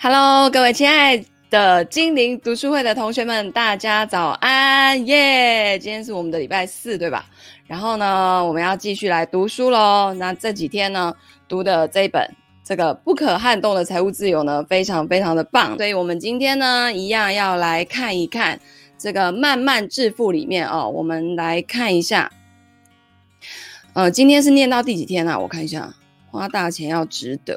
Hello，各位亲爱的精灵读书会的同学们，大家早安耶！今天是我们的礼拜四，对吧？然后呢，我们要继续来读书咯。那这几天呢，读的这一本这个不可撼动的财务自由呢，非常非常的棒。所以我们今天呢，一样要来看一看这个慢慢致富里面哦，我们来看一下。今天是念到第几天啊？我看一下，花大钱要值得。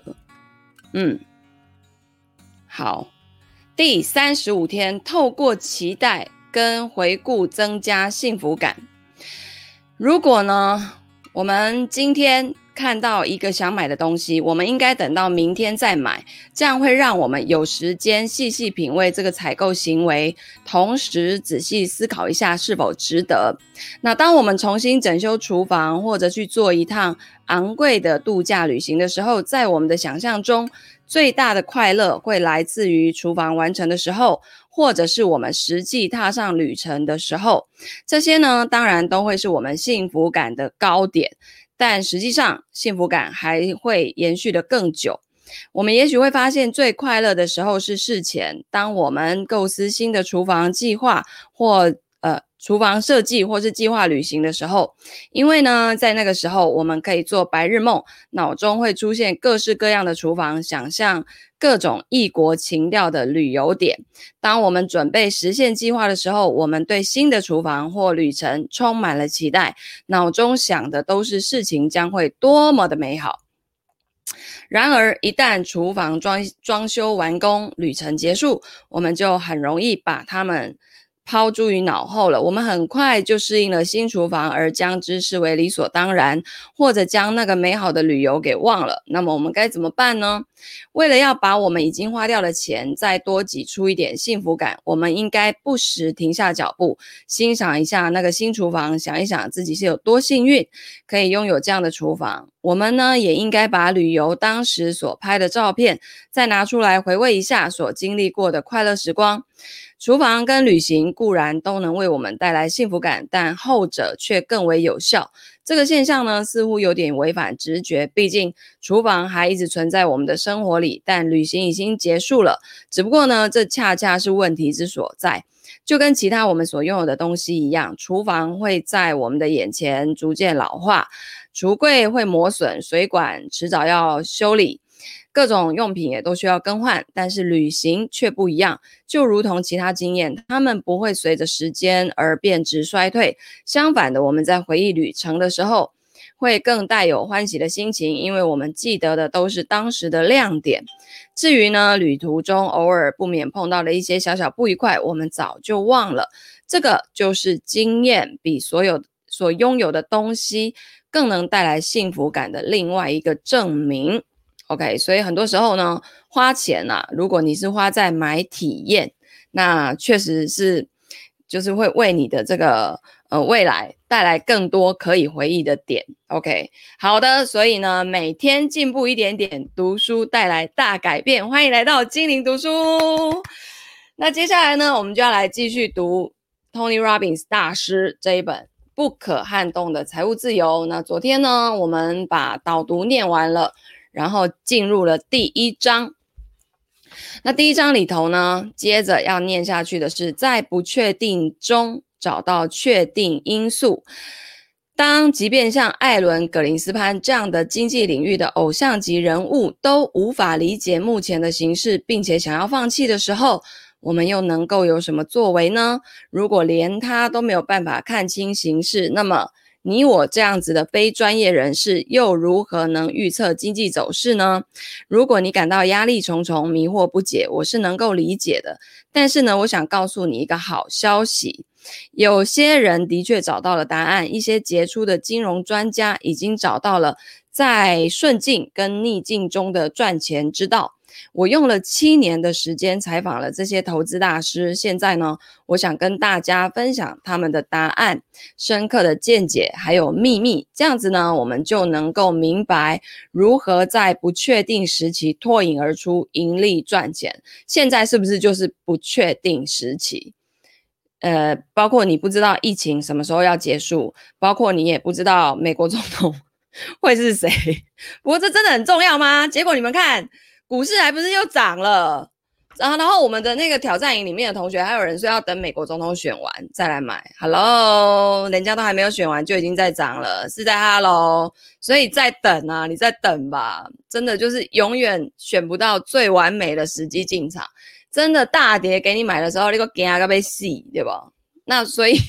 好，第35天，透过期待跟回顾增加幸福感。如果呢，我们今天看到一个想买的东西，我们应该等到明天再买，这样会让我们有时间细细品味这个采购行为，同时仔细思考一下是否值得。那当我们重新整修厨房，或者去做一趟昂贵的度假旅行的时候，在我们的想象中，最大的快乐会来自于厨房完成的时候，或者是我们实际踏上旅程的时候。这些呢，当然都会是我们幸福感的高点，但实际上幸福感还会延续得更久。我们也许会发现最快乐的时候是事前，当我们构思新的厨房计划或厨房设计或是计划旅行的时候，因为呢，在那个时候我们可以做白日梦，脑中会出现各式各样的厨房，想象各种异国情调的旅游点。当我们准备实现计划的时候，我们对新的厨房或旅程充满了期待，脑中想的都是事情将会多么的美好。然而，一旦厨房装修完工，旅程结束，我们就很容易把它们抛诸于脑后了。我们很快就适应了新厨房，而将之视为理所当然，或者将那个美好的旅游给忘了。那么我们该怎么办呢？为了要把我们已经花掉的钱再多挤出一点幸福感，我们应该不时停下脚步，欣赏一下那个新厨房，想一想自己是有多幸运，可以拥有这样的厨房。我们呢，也应该把旅游当时所拍的照片再拿出来回味一下所经历过的快乐时光。厨房跟旅行固然都能为我们带来幸福感，但后者却更为有效。这个现象呢，似乎有点违反直觉，毕竟厨房还一直存在我们的生活里，但旅行已经结束了。只不过呢，这恰恰是问题之所在。就跟其他我们所拥有的东西一样，厨房会在我们的眼前逐渐老化，橱柜会磨损，水管迟早要修理，各种用品也都需要更换，但是旅行却不一样。就如同其他经验，它们不会随着时间而变质衰退。相反的，我们在回忆旅程的时候，会更带有欢喜的心情，因为我们记得的都是当时的亮点。至于呢，旅途中偶尔不免碰到的一些小小不愉快，我们早就忘了。这个就是经验比所拥有的东西更能带来幸福感的另外一个证明。OK， 所以很多时候呢，花钱啊，如果你是花在买体验，那确实是就是会为你的这个未来带来更多可以回忆的点。OK， 好的，所以呢，每天进步一点点，读书带来大改变。欢迎来到精灵读书。那接下来呢，我们就要来继续读 Tony Robbins 大师这一本不可撼动的财务自由。那昨天呢，我们把导读念完了，然后进入了第一章。那第一章里头呢，接着要念下去的是在不确定中找到确定因素。即便像艾伦·葛林斯潘这样的经济领域的偶像级人物都无法理解目前的形势，并且想要放弃的时候，我们又能够有什么作为呢？如果连他都没有办法看清形势，那么你我这样子的非专业人士又如何能预测经济走势呢？如果你感到压力重重、迷惑不解，我是能够理解的。但是呢，我想告诉你一个好消息，有些人的确找到了答案，一些杰出的金融专家已经找到了在顺境跟逆境中的赚钱之道。我用了7年的时间采访了这些投资大师，现在呢，我想跟大家分享他们的答案、深刻的见解还有秘密，这样子呢，我们就能够明白如何在不确定时期脱颖而出，盈利赚钱。现在是不是就是不确定时期？包括你不知道疫情什么时候要结束，包括你也不知道美国总统会是谁。不过这真的很重要吗？结果你们看，股市还不是又涨了？ 然后我们的那个挑战营里面的同学，还有人说要等美国总统选完再来买。Hello， 人家都还没有选完就已经在涨了，是在 Hello， 所以再等啊，你再等吧。真的就是永远选不到最完美的时机进场。真的大跌给你买的时候，你个惊到要死，对吧？那所以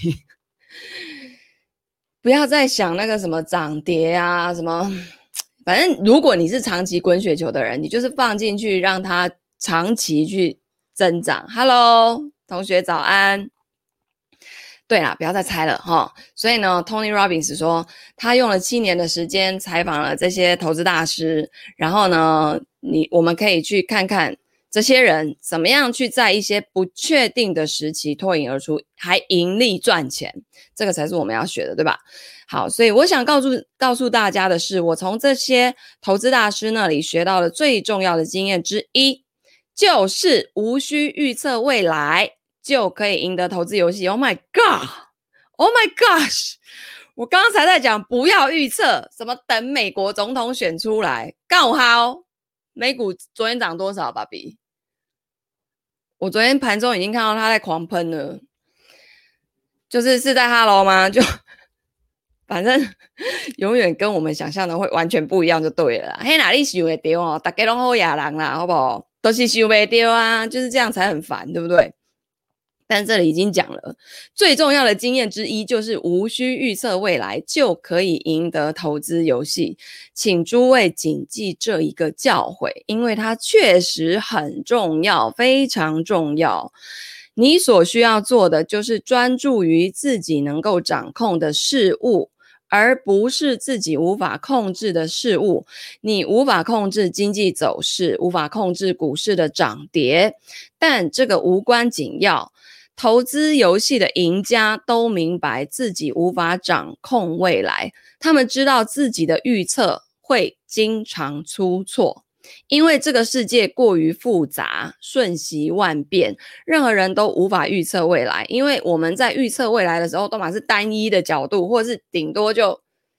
不要再想那个什么涨跌啊，什么，反正如果你是长期滚雪球的人，你就是放进去让它长期去增长。Hello， 同学早安。对啦，不要再猜了齁。所以呢 ，Tony Robbins 说，他用了7年的时间采访了这些投资大师，然后呢，我们可以去看看这些人怎么样去在一些不确定的时期脱颖而出，还盈利赚钱，这个才是我们要学的，对吧？好，所以我想告诉大家的是，我从这些投资大师那里学到的最重要的经验之一，就是无需预测未来就可以赢得投资游戏。Oh my god! Oh my gosh! 我刚刚才在讲不要预测，什么等美国总统选出来，刚好美股昨天涨多少，爸比？我昨天盘中已经看到它在狂喷了，就是在 Hello 吗？就反正永远跟我们想象的会完全不一样就对了啦。嘿哪里想会对哦，大家都好野人啦，好不好？都是想不对啊，就是这样才很烦，对不对？但这里已经讲了，最重要的经验之一就是无需预测未来就可以赢得投资游戏。请诸位谨记这一个教诲，因为它确实很重要，非常重要。你所需要做的就是专注于自己能够掌控的事物，而不是自己无法控制的事物。你无法控制经济走势，无法控制股市的涨跌，但这个无关紧要。投资游戏的赢家都明白自己无法掌控未来，他们知道自己的预测会经常出错，因为这个世界过于复杂，瞬息万变，任何人都无法预测未来。因为我们在预测未来的时候，都嘛是单一的角度，或是顶多就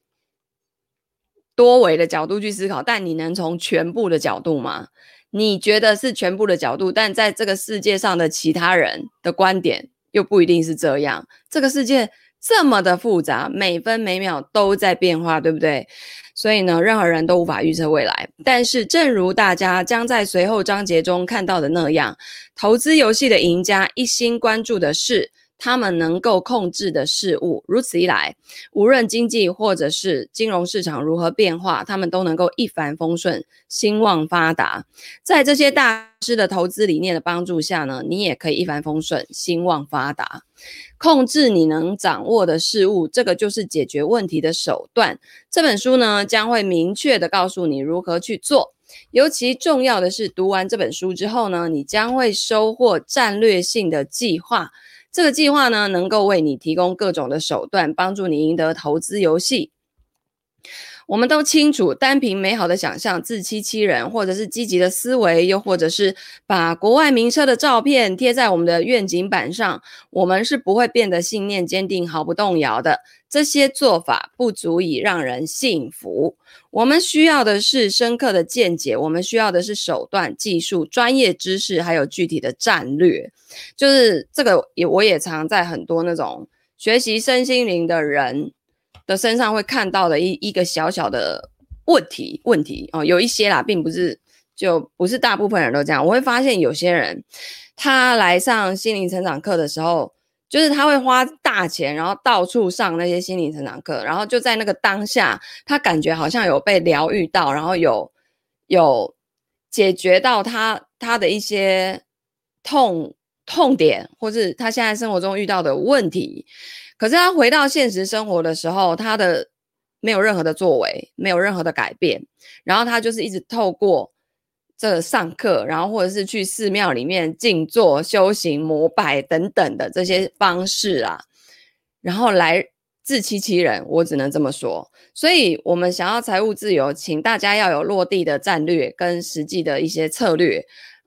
多维的角度去思考，但你能从全部的角度吗？你觉得是全部的角度，但在这个世界上的其他人的观点又不一定是这样。这个世界这么的复杂，每分每秒都在变化，对不对？所以呢，任何人都无法预测未来。但是正如大家将在随后章节中看到的那样，投资游戏的赢家一心关注的是他们能够控制的事物，如此一来，无论经济或者是金融市场如何变化，他们都能够一帆风顺，兴旺发达。在这些大师的投资理念的帮助下呢，你也可以一帆风顺，兴旺发达。控制你能掌握的事物，这个就是解决问题的手段。这本书呢，将会明确的告诉你如何去做。尤其重要的是，读完这本书之后呢，你将会收获战略性的计划。这个计划呢，能够为你提供各种的手段，帮助你赢得投资游戏。我们都清楚，单凭美好的想象、自欺欺人，或者是积极的思维，又或者是把国外名车的照片贴在我们的愿景板上，我们是不会变得信念坚定、毫不动摇的。这些做法不足以让人幸福。我们需要的是深刻的见解，我们需要的是手段、技术、专业知识，还有具体的战略。就是这个我也常在很多那种学习身心灵的人的身上会看到的一个小小的问题哦，有一些啦，并不是就不是大部分人都这样。我会发现有些人他来上心灵成长课的时候，就是他会花大钱，然后到处上那些心灵成长课，然后就在那个当下，他感觉好像有被疗愈到，然后有解决到他的一些痛点，或是他现在生活中遇到的问题。可是他回到现实生活的时候，他的没有任何的作为，没有任何的改变，然后他就是一直透过这个上课，然后或者是去寺庙里面静坐、修行、膜拜等等的这些方式啊，然后来自欺欺人，我只能这么说。所以我们想要财务自由，请大家要有落地的战略跟实际的一些策略，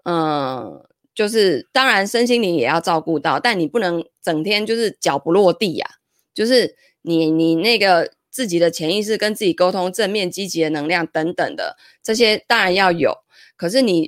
就是当然身心灵也要照顾到，但你不能整天就是脚不落地啊，就是你那个自己的潜意识跟自己沟通正面积极的能量等等的，这些当然要有，可是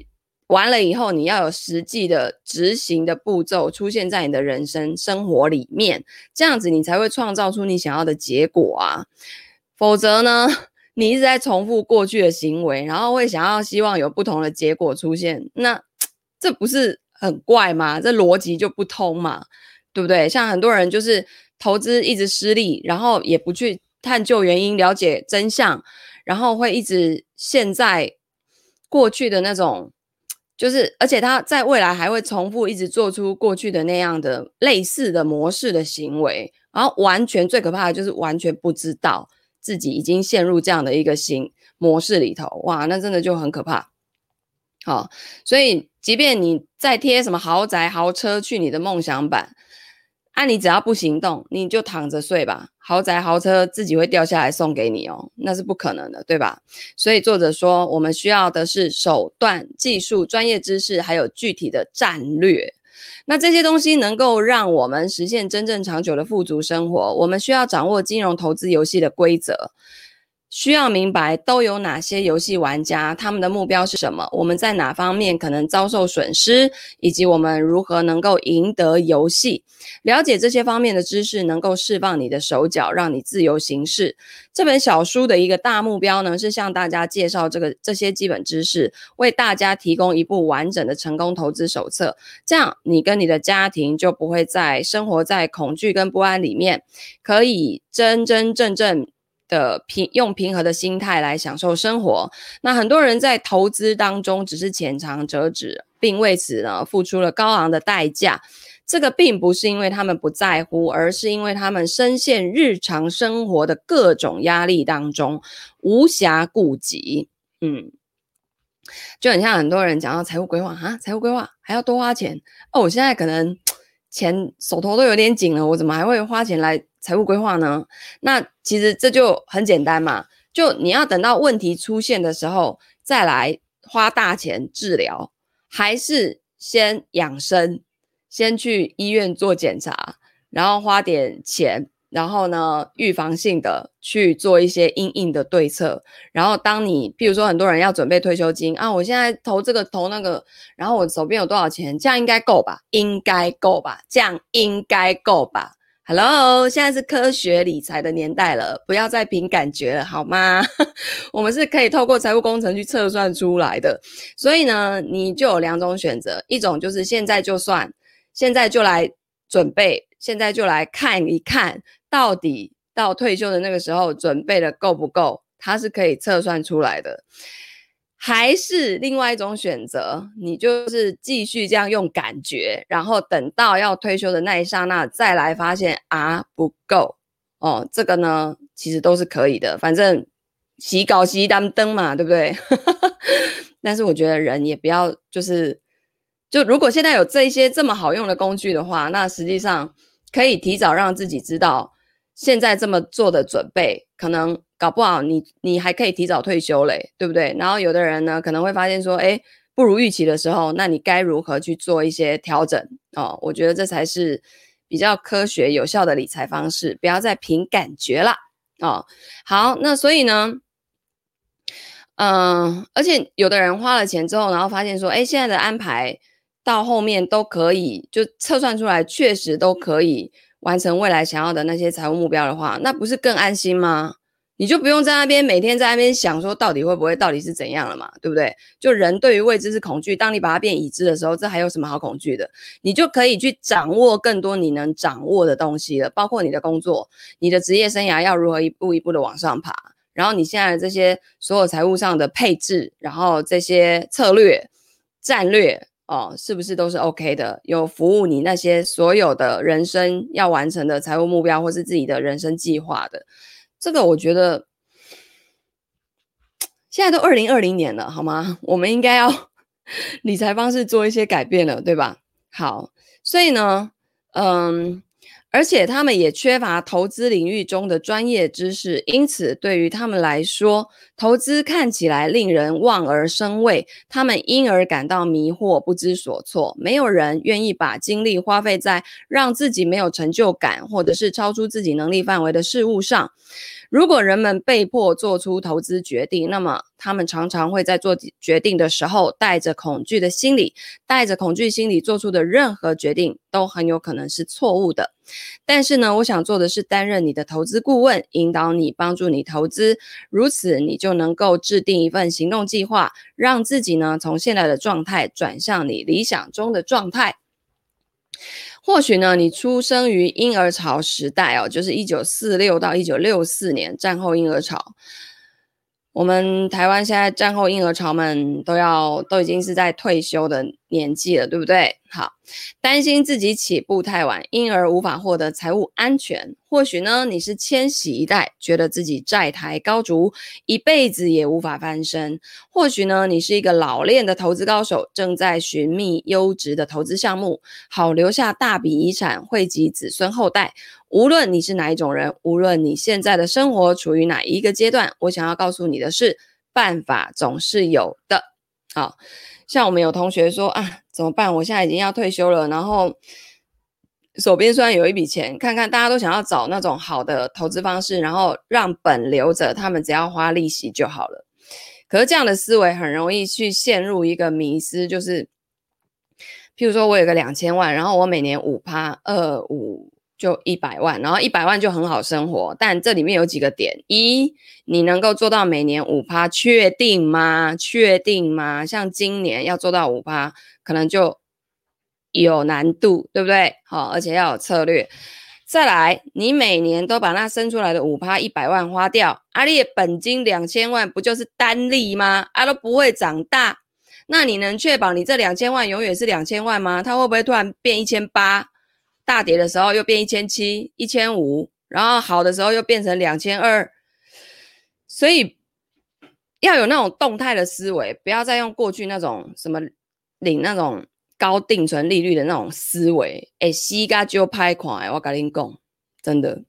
完了以后，你要有实际的执行的步骤出现在你的人生生活里面，这样子你才会创造出你想要的结果啊。否则呢，你一直在重复过去的行为，然后会想要希望有不同的结果出现，那这不是很怪吗？这逻辑就不通嘛，对不对？像很多人就是投资一直失利，然后也不去探究原因，了解真相，然后会一直陷在过去的那种，就是而且他在未来还会重复一直做出过去的那样的类似的模式的行为，然后完全最可怕的就是完全不知道自己已经陷入这样的一个模式里头，哇，那真的就很可怕。好，所以即便你再贴什么豪宅豪车去你的梦想版，你只要不行动，你就躺着睡吧，豪宅豪车自己会掉下来送给你哦，那是不可能的，对吧？所以作者说，我们需要的是手段、技术、专业知识，还有具体的战略。那这些东西能够让我们实现真正长久的富足生活，我们需要掌握金融投资游戏的规则，需要明白都有哪些游戏玩家，他们的目标是什么，我们在哪方面可能遭受损失，以及我们如何能够赢得游戏。了解这些方面的知识，能够释放你的手脚，让你自由行事。这本小书的一个大目标呢，是向大家介绍这些基本知识，为大家提供一部完整的成功投资手册。这样，你跟你的家庭就不会生活在恐惧跟不安里面，可以真真正正的用平和的心态来享受生活。那很多人在投资当中只是浅尝辄止，并为此呢付出了高昂的代价。这个并不是因为他们不在乎，而是因为他们深陷日常生活的各种压力当中，无暇顾及。就很像很多人讲到财务规划啊，财务规划还要多花钱哦，我现在可能钱手头都有点紧了，我怎么还会花钱来财务规划呢？那其实这就很简单嘛，就你要等到问题出现的时候再来花大钱治疗，还是先养生，先去医院做检查，然后花点钱，然后呢预防性的去做一些因应的对策。然后当你譬如说很多人要准备退休金啊，我现在投这个投那个，然后我手边有多少钱，这样应该够吧，应该够吧，这样应该够吧。Hello， 现在是科学理财的年代了，不要再凭感觉了好吗？我们是可以透过财务工程去测算出来的。所以呢，你就有两种选择，一种就是现在就算，现在就来准备，现在就来看一看，到底到退休的那个时候准备的够不够，它是可以测算出来的。还是另外一种选择，你就是继续这样用感觉，然后等到要退休的那一刹那再来发现不够哦，这个呢其实都是可以的，反正洗稿洗当灯嘛，对不对？但是我觉得人也不要就如果现在有这些这么好用的工具的话，那实际上可以提早让自己知道现在这么做的准备，可能搞不好你还可以提早退休嘞，对不对？然后有的人呢可能会发现说不如预期的时候，那你该如何去做一些调整哦？我觉得这才是比较科学有效的理财方式，不要再凭感觉啦哦。好，那所以呢而且有的人花了钱之后，然后发现说现在的安排到后面都可以就测算出来确实都可以完成未来想要的那些财务目标的话，那不是更安心吗？你就不用在那边每天在那边想说到底会不会，到底是怎样了嘛，对不对？就人对于未知是恐惧，当你把它变已知的时候，这还有什么好恐惧的？你就可以去掌握更多你能掌握的东西了，包括你的工作，你的职业生涯要如何一步一步的往上爬，然后你现在的这些所有财务上的配置，然后这些策略战略是不是都是 OK 的，有服务你那些所有的人生要完成的财务目标或是自己的人生计划的。这个我觉得现在都2020年了好吗，我们应该要理财方式做一些改变了，对吧？好，所以呢而且他们也缺乏投资领域中的专业知识，因此对于他们来说，投资看起来令人望而生畏，他们因而感到迷惑，不知所措。没有人愿意把精力花费在让自己没有成就感或者是超出自己能力范围的事物上。 如果人们被迫做出投资决定，那么他们常常会在做决定的时候带着恐惧心理做出的任何决定都很有可能是错误的。但是呢，我想做的是担任你的投资顾问，引导你，帮助你投资，如此你就能够制定一份行动计划，让自己呢从现在的状态转向你理想中的状态。或许呢，你出生于婴儿潮时代就是1946到1964年战后婴儿潮。我们台湾现在战后婴儿潮们都已经是在退休的年纪了，对不对？好，担心自己起步太晚，因而无法获得财务安全。或许呢，你是千禧一代，觉得自己债台高筑，一辈子也无法翻身。或许呢，你是一个老练的投资高手，正在寻觅优质的投资项目，好留下大笔遗产，惠及子孙后代。无论你是哪一种人，无论你现在的生活处于哪一个阶段，我想要告诉你的是，办法总是有的。好，像我们有同学说怎么办？我现在已经要退休了，然后手边虽然有一笔钱，看看大家都想要找那种好的投资方式，然后让本留着，他们只要花利息就好了。可是这样的思维很容易去陷入一个迷思，就是譬如说我有个2000万，然后我每年 5%，25%就100万，然后100万就很好生活。但这里面有几个点：一，你能够做到每年 5%， 确定吗？确定吗？像今年要做到 5%， 可能就有难度，对不对？好，而且要有策略。再来，你每年都把那生出来的 5%100万花掉，你的本金2000万不就是单利吗？都不会长大。那你能确保你这2000万永远是2000万吗？它会不会突然变1800？大跌的时候又变1700、1500，然后好的时候又变成2200。所以要有那种动态的思维，不要再用过去那种什么领那种高定存利率的那种思维。死到就歹看，我跟你讲，真的。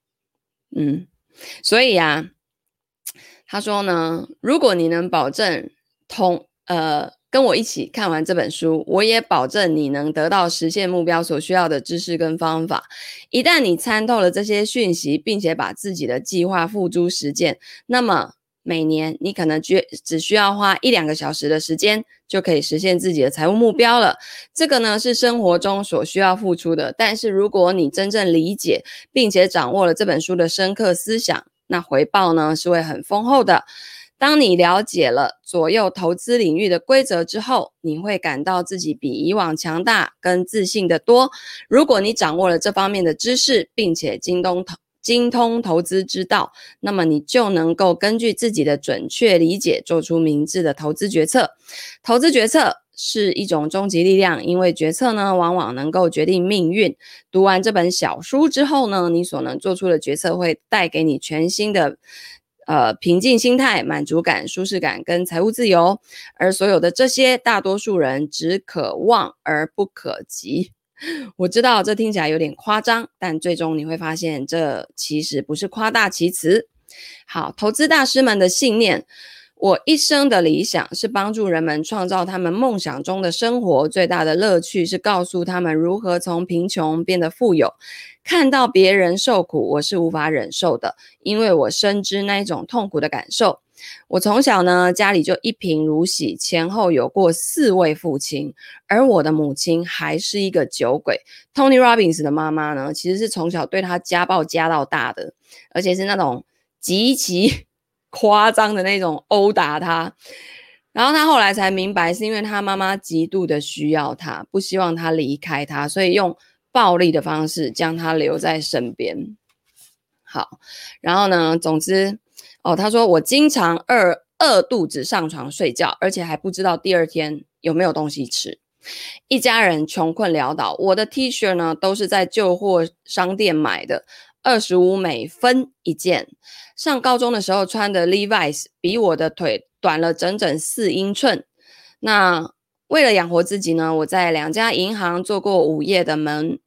所以他说呢，如果你能保证跟我一起看完这本书，我也保证你能得到实现目标所需要的知识跟方法。一旦你参透了这些讯息，并且把自己的计划付诸实践，那么每年你可能只需要花1-2个小时的时间，就可以实现自己的财务目标了。这个呢是生活中所需要付出的，但是如果你真正理解并且掌握了这本书的深刻思想，那回报呢是会很丰厚的。当你了解了左右投资领域的规则之后，你会感到自己比以往强大跟自信得多。如果你掌握了这方面的知识，并且精通投资之道，那么你就能够根据自己的准确理解做出明智的投资决策。投资决策是一种终极力量，因为决策呢往往能够决定命运。读完这本小书之后呢，你所能做出的决策会带给你全新的平静心态、满足感、舒适感跟财务自由，而所有的这些，大多数人只可望而不可及。我知道这听起来有点夸张，但最终你会发现这其实不是夸大其词。好，投资大师们的信念。我一生的理想是帮助人们创造他们梦想中的生活，最大的乐趣是告诉他们如何从贫穷变得富有。看到别人受苦，我是无法忍受的，因为我深知那一种痛苦的感受。我从小呢，家里就一贫如洗，前后有过4位父亲，而我的母亲还是一个酒鬼。Tony Robbins 的妈妈呢，其实是从小对他家暴家到大的，而且是那种极其夸张的那种殴打他。然后他后来才明白，是因为他妈妈极度的需要他，不希望他离开他，所以用暴力的方式将他留在身边。好，然后呢，总之他说我经常饿肚子上床睡觉，而且还不知道第二天有没有东西吃。一家人穷困潦倒，我的 T 恤呢都是在旧货商店买的，25美分一件。上高中的时候穿的 Levi's 比我的腿短了整整4英寸。那为了养活自己呢，我在2家银行做过午夜的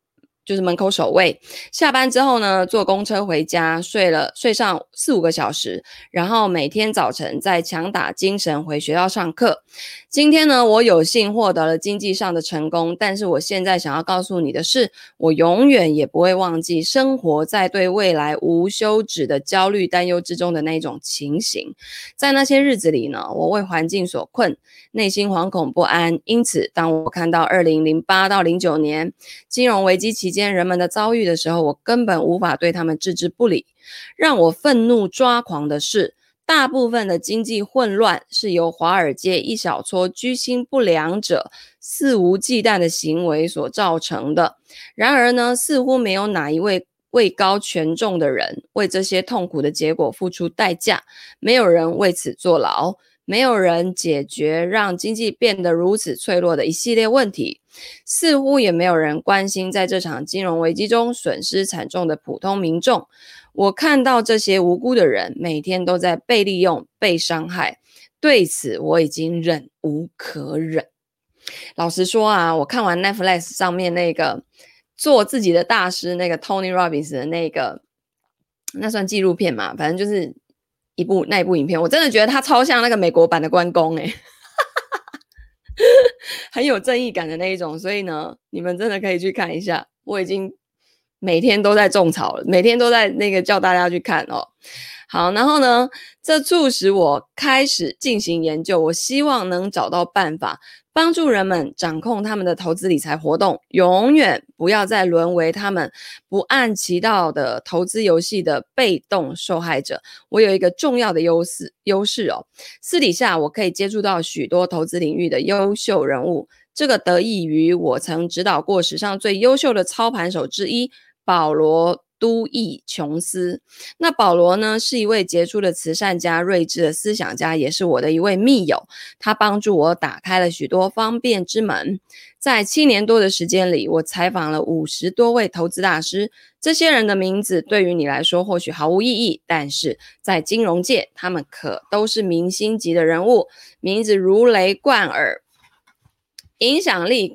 就是门口守卫，下班之后呢，坐公车回家，睡上4-5个小时，然后每天早晨再强打精神回学校上课。今天呢，我有幸获得了经济上的成功，但是我现在想要告诉你的是，我永远也不会忘记生活在对未来无休止的焦虑担忧之中的那种情形。在那些日子里呢，我为环境所困，内心惶恐不安，因此当我看到2008到09年金融危机期间人们的遭遇的时候，我根本无法对他们置之不理。让我愤怒抓狂的是，大部分的经济混乱是由华尔街一小撮居心不良者肆无忌惮的行为所造成的。然而呢，似乎没有哪一位位高权重的人为这些痛苦的结果付出代价，没有人为此坐牢，没有人解决让经济变得如此脆弱的一系列问题，似乎也没有人关心在这场金融危机中损失惨重的普通民众。我看到这些无辜的人每天都在被利用、被伤害，对此我已经忍无可忍。老实说啊，我看完 Netflix 上面那个做自己的大师那个 Tony Robbins 的那算纪录片嘛，反正就是那一部影片，我真的觉得他超像那个美国版的关公很有正义感的那一种，所以呢，你们真的可以去看一下。我已经每天都在种草了，每天都在叫大家去看哦。好，然后呢，这促使我开始进行研究，我希望能找到办法帮助人们掌控他们的投资理财活动，永远不要再沦为他们不按其道的投资游戏的被动受害者。我有一个重要的优势哦，私底下我可以接触到许多投资领域的优秀人物，这个得益于我曾指导过史上最优秀的操盘手之一保罗都易琼斯。那保罗呢，是一位杰出的慈善家、睿智的思想家，也是我的一位密友。他帮助我打开了许多方便之门。在7年多的时间里，我采访了50多位投资大师。这些人的名字对于你来说或许毫无意义，但是在金融界，他们可都是明星级的人物，名字如雷贯耳，影响力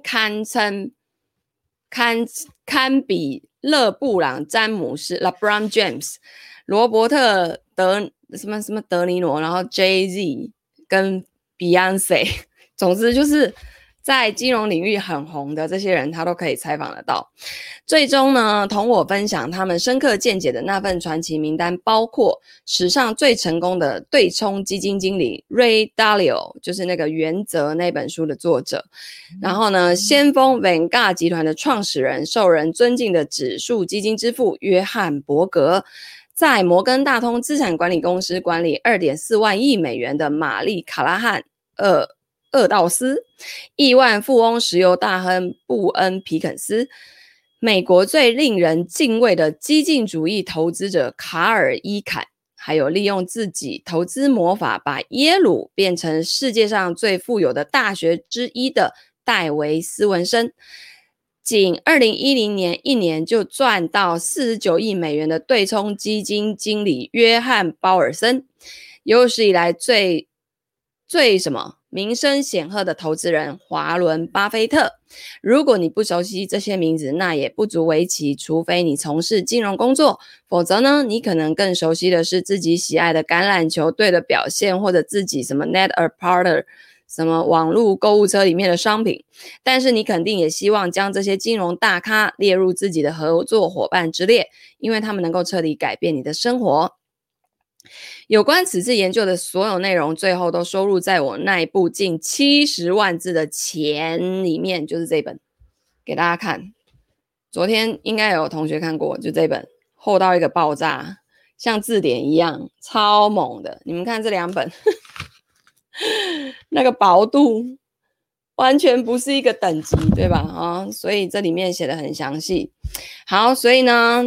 堪比勒布朗詹姆斯 LeBron James、 罗伯特什么德尼罗，然后 Jay-Z 跟 Beyonce， 总之就是在金融领域很红的这些人，他都可以采访得到。最终呢，同我分享他们深刻见解的那份传奇名单，包括史上最成功的对冲基金经理 Ray Dalio， 就是那个原则那本书的作者。然后呢，先锋 Vanguard 集团的创始人，受人尊敬的指数基金之父约翰伯格，在摩根大通资产管理公司管理2.4万亿美元的玛丽卡拉汉厄道斯，亿万富翁石油大亨布恩皮肯斯，美国最令人敬畏的激进主义投资者卡尔伊坎，还有利用自己投资魔法把耶鲁变成世界上最富有的大学之一的戴维斯文森。仅2010年一年就赚到49亿美元的对冲基金经理约翰鲍尔森，有史以来最名声显赫的投资人华伦巴菲特。如果你不熟悉这些名字，那也不足为奇，除非你从事金融工作，否则呢，你可能更熟悉的是自己喜爱的橄榄球队的表现，或者自己什么 Net Apart 什么网络购物车里面的商品。但是你肯定也希望将这些金融大咖列入自己的合作伙伴之列，因为他们能够彻底改变你的生活。有关此次研究的所有内容，最后都收录在我那一部近70万字的钱里面，就是这本，给大家看。昨天应该有同学看过，就这本厚到一个爆炸，像字典一样，超猛的。你们看这2本那个薄度完全不是一个等级，对吧？所以这里面写的很详细。好，所以呢，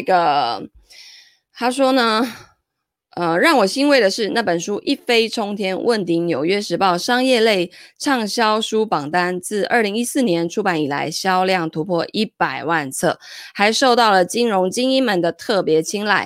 他说呢，让我欣慰的是，那本书一飞冲天，问鼎纽约时报商业类畅销书榜单，自2014年出版以来，销量突破100万册，还受到了金融精英们的特别青睐。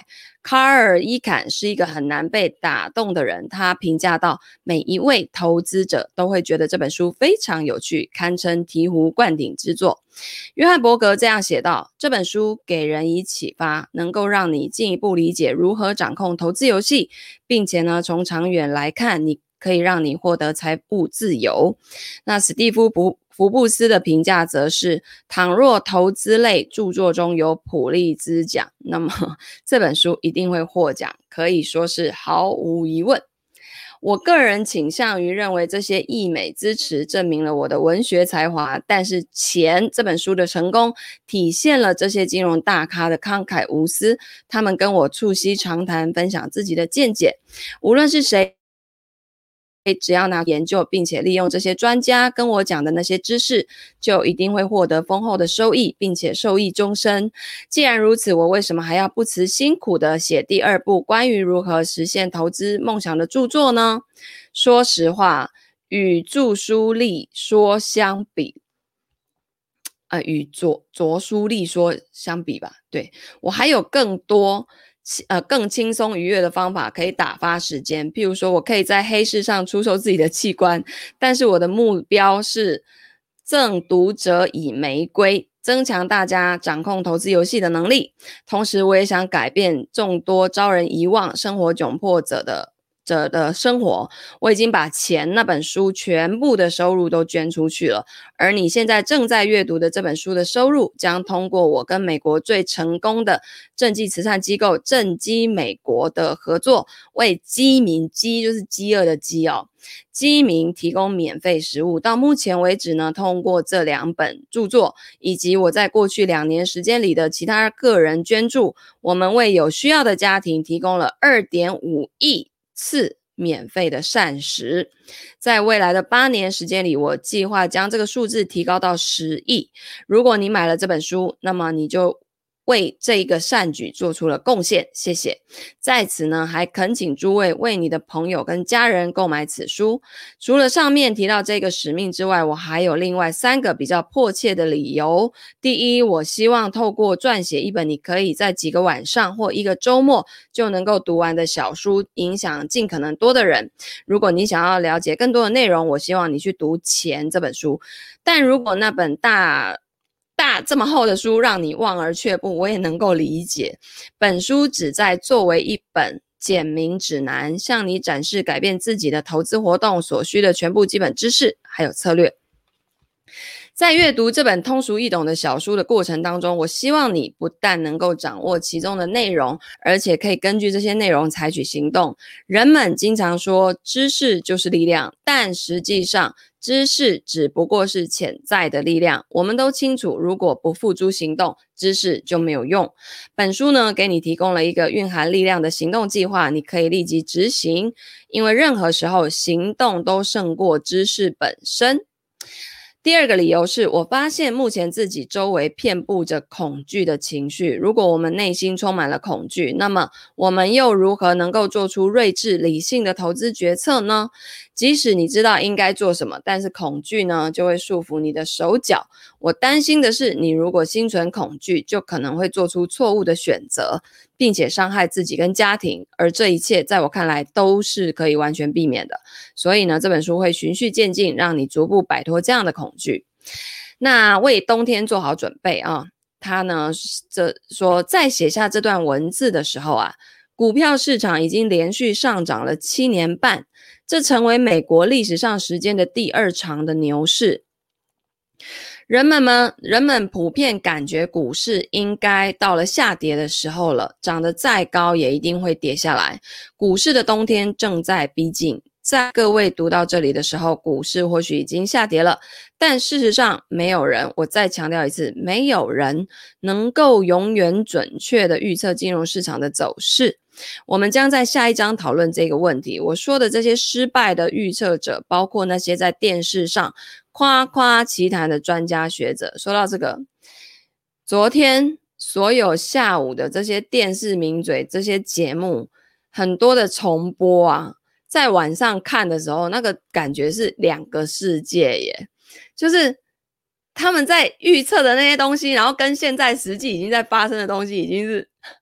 卡尔·伊坎是一个很难被打动的人，他评价到，每一位投资者都会觉得这本书非常有趣，堪称醍醐灌顶之作。约翰·伯格这样写道，这本书给人以启发，能够让你进一步理解如何掌控投资游戏，并且呢，从长远来看，可以让你获得财务自由。那史蒂夫·福布斯的评价则是，倘若投资类著作中有普利兹奖，那么这本书一定会获奖，可以说是毫无疑问。我个人倾向于认为这些溢美之词证明了我的文学才华，但是《钱》这本书的成功体现了这些金融大咖的慷慨无私，他们跟我促膝长谈，分享自己的见解，无论是谁，只要拿研究并且利用这些专家跟我讲的那些知识，就一定会获得丰厚的收益，并且受益终身。既然如此，我为什么还要不辞辛苦的写第二部关于如何实现投资梦想的著作呢？说实话，与著书立说相比，与着书立说相比吧，对，我还有更多更轻松愉悦的方法可以打发时间，譬如说我可以在黑市上出售自己的器官，但是我的目标是赠读者以玫瑰，增强大家掌控投资游戏的能力，同时我也想改变众多遭人遗忘、生活窘迫者的生活。我已经把《钱》那本书全部的收入都捐出去了，而你现在正在阅读的这本书的收入将通过我跟美国最成功的政绩慈善机构正畸美国的合作，为饥民，饥就是饥饿的饥哦，饥民提供免费食物。到目前为止呢，通过这2本著作以及我在过去2年时间里的其他个人捐助，我们为有需要的家庭提供了2.5亿次免费的膳食。在未来的8年时间里，我计划将这个数字提高到10亿。如果你买了这本书，那么你就为这一个善举做出了贡献，谢谢。在此呢，还恳请诸位为你的朋友跟家人购买此书。除了上面提到这个使命之外，我还有另外3个比较迫切的理由。第一，我希望透过撰写一本你可以在几个晚上或一个周末就能够读完的小书，影响尽可能多的人。如果你想要了解更多的内容，我希望你去读《钱》这本书。但如果那本这么厚的书让你望而却步，我也能够理解。本书旨在作为一本简明指南，向你展示改变自己的投资活动所需的全部基本知识还有策略。在阅读这本通俗易懂的小书的过程当中，我希望你不但能够掌握其中的内容，而且可以根据这些内容采取行动。人们经常说知识就是力量，但实际上知识只不过是潜在的力量。我们都清楚，如果不付诸行动，知识就没有用。本书呢，给你提供了一个蕴含力量的行动计划，你可以立即执行，因为任何时候行动都胜过知识本身。第二个理由是，我发现目前自己周围遍布着恐惧的情绪。如果我们内心充满了恐惧，那么我们又如何能够做出睿智理性的投资决策呢？即使你知道应该做什么，但是恐惧呢，就会束缚你的手脚。我担心的是，你如果心存恐惧，就可能会做出错误的选择，并且伤害自己跟家庭，而这一切在我看来都是可以完全避免的。所以呢，这本书会循序渐进，让你逐步摆脱这样的恐惧。那为冬天做好准备啊，他呢说在写下这段文字的时候啊，股票市场已经连续上涨了7年半，这成为美国历史上时间的第2长的牛市。人们普遍感觉股市应该到了下跌的时候了，涨得再高也一定会跌下来。股市的冬天正在逼近。在各位读到这里的时候，股市或许已经下跌了，但事实上没有人，我再强调一次，没有人能够永远准确地预测金融市场的走势。我们将在下一章讨论这个问题。我说的这些失败的预测者，包括那些在电视上夸夸其谈的专家学者。说到这个，昨天所有下午的这些电视名嘴这些节目，很多的重播啊，在晚上看的时候，那个感觉是2个世界耶，就是他们在预测的那些东西，然后跟现在实际已经在发生的东西已经是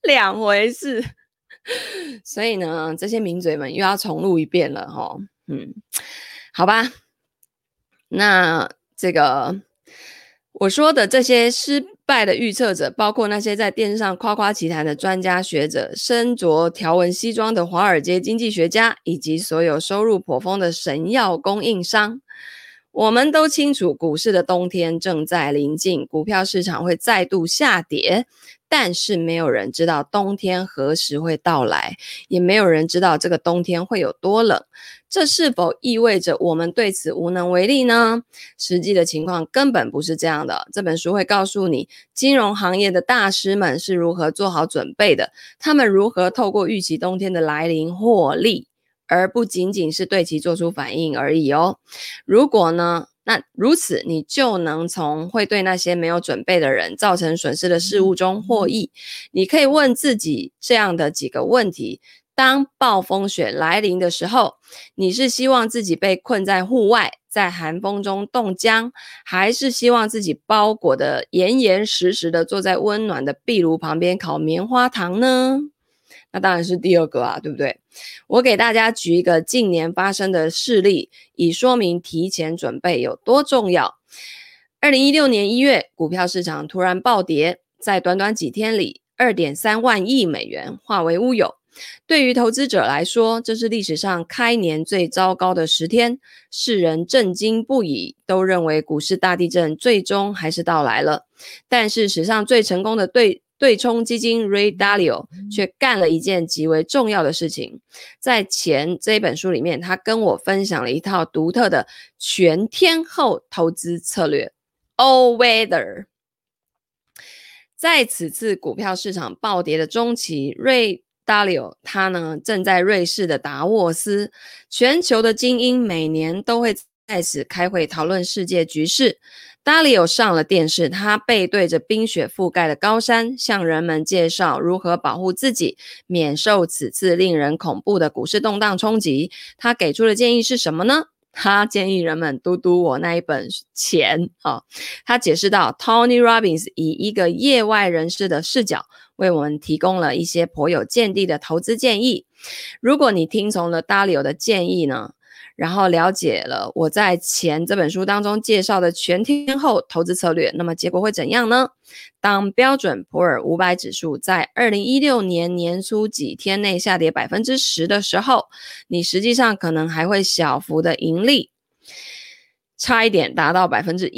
两回事。所以呢，这些名嘴们又要重录一遍了齁。好吧，那这个我说的这些失败的预测者，包括那些在电视上夸夸其谈的专家学者，身着条纹西装的华尔街经济学家，以及所有收入颇丰的神药供应商。我们都清楚股市的冬天正在临近，股票市场会再度下跌，但是没有人知道冬天何时会到来，也没有人知道这个冬天会有多冷。这是否意味着我们对此无能为力呢？实际的情况根本不是这样的。这本书会告诉你，金融行业的大师们是如何做好准备的，他们如何透过预期冬天的来临获利，而不仅仅是对其做出反应而已哦。如果呢，那如此你就能从会对那些没有准备的人造成损失的事物中获益。你可以问自己这样的几个问题：当暴风雪来临的时候，你是希望自己被困在户外，在寒风中冻僵，还是希望自己包裹得严严实实的坐在温暖的壁炉旁边烤棉花糖呢？那当然是第二个啊，对不对？我给大家举一个近年发生的事例，以说明提前准备有多重要。2016年1月，股票市场突然暴跌，在短短几天里 2.3 万亿美元化为乌有。对于投资者来说，这是历史上开年最糟糕的10天，世人震惊不已，都认为股市大地震最终还是到来了。但是史上最成功的对冲基金 Ray Dalio 却干了一件极为重要的事情。在前这一本书里面，他跟我分享了一套独特的全天候投资策略 All Weather。在此次股票市场暴跌的中期，Ray Dalio 他呢正在瑞士的达沃斯，全球的精英每年都会在此开会讨论世界局势。Dalio 上了电视，他背对着冰雪覆盖的高山，向人们介绍如何保护自己，免受此次令人恐怖的股市动荡冲击。他给出的建议是什么呢？他建议人们读我那一本钱他解释到 Tony Robbins 以一个业外人士的视角为我们提供了一些颇有见地的投资建议。如果你听从了 Dalio 的建议呢，然后了解了我在前这本书当中介绍的全天候投资策略，那么结果会怎样呢？当标准普尔500指数在2016年年初几天内下跌 10% 的时候，你实际上可能还会小幅的盈利，差一点达到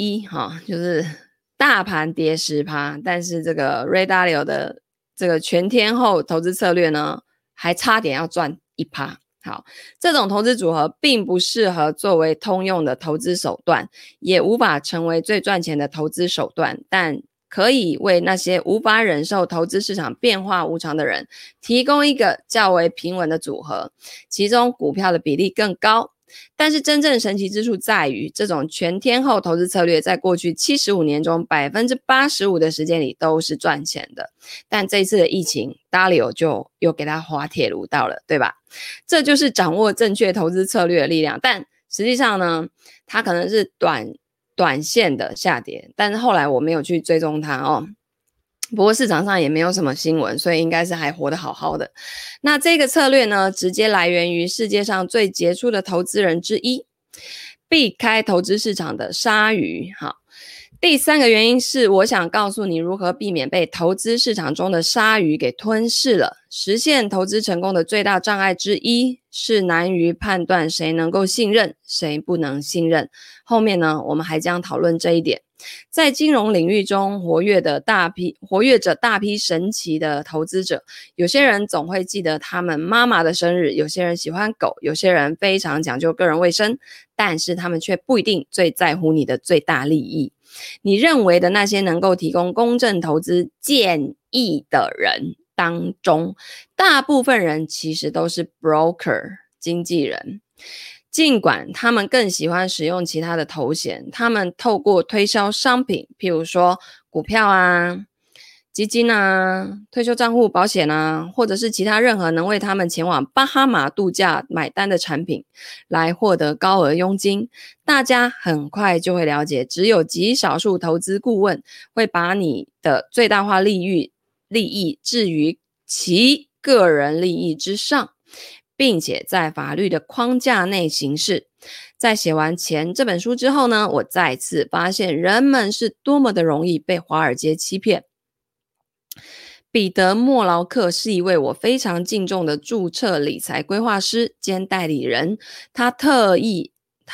1% 就是大盘跌 10%， 但是这个 Ray Dalio 的这个全天候投资策略呢，还差点要赚 1%。好，这种投资组合并不适合作为通用的投资手段，也无法成为最赚钱的投资手段，但可以为那些无法忍受投资市场变化无常的人提供一个较为平稳的组合，其中股票的比例更高。但是真正神奇之处在于，这种全天候投资策略在过去75年中 85% 的时间里都是赚钱的。但这一次的疫情 Dalio 就又给他滑铁卢到了，对吧？这就是掌握正确投资策略的力量。但实际上呢，它可能是短线的下跌，但是后来我没有去追踪它哦。不过市场上也没有什么新闻，所以应该是还活得好好的。那这个策略呢，直接来源于世界上最杰出的投资人之一，避开投资市场的鲨鱼。好，第3个原因是我想告诉你如何避免被投资市场中的鲨鱼给吞噬了。实现投资成功的最大障碍之一是难于判断谁能够信任，谁不能信任。后面呢，我们还将讨论这一点。在金融领域中活跃着大批神奇的投资者，有些人总会记得他们妈妈的生日，有些人喜欢狗，有些人非常讲究个人卫生，但是他们却不一定最在乎你的最大利益。你认为的那些能够提供公正投资建议的人当中，大部分人其实都是 broker 经纪人。尽管他们更喜欢使用其他的头衔，他们透过推销商品，譬如说股票啊、基金啊、退休账户、保险啊，或者是其他任何能为他们前往巴哈马度假买单的产品，来获得高额佣金。大家很快就会了解，只有极少数投资顾问会把你的最大化利益置于其个人利益之上，并且在法律的框架内行事。在写完前这本书之后呢，我再次发现人们是多么的容易被华尔街欺骗。彼得·莫劳克是一位我非常敬重的注册理财规划师兼代理人，他特意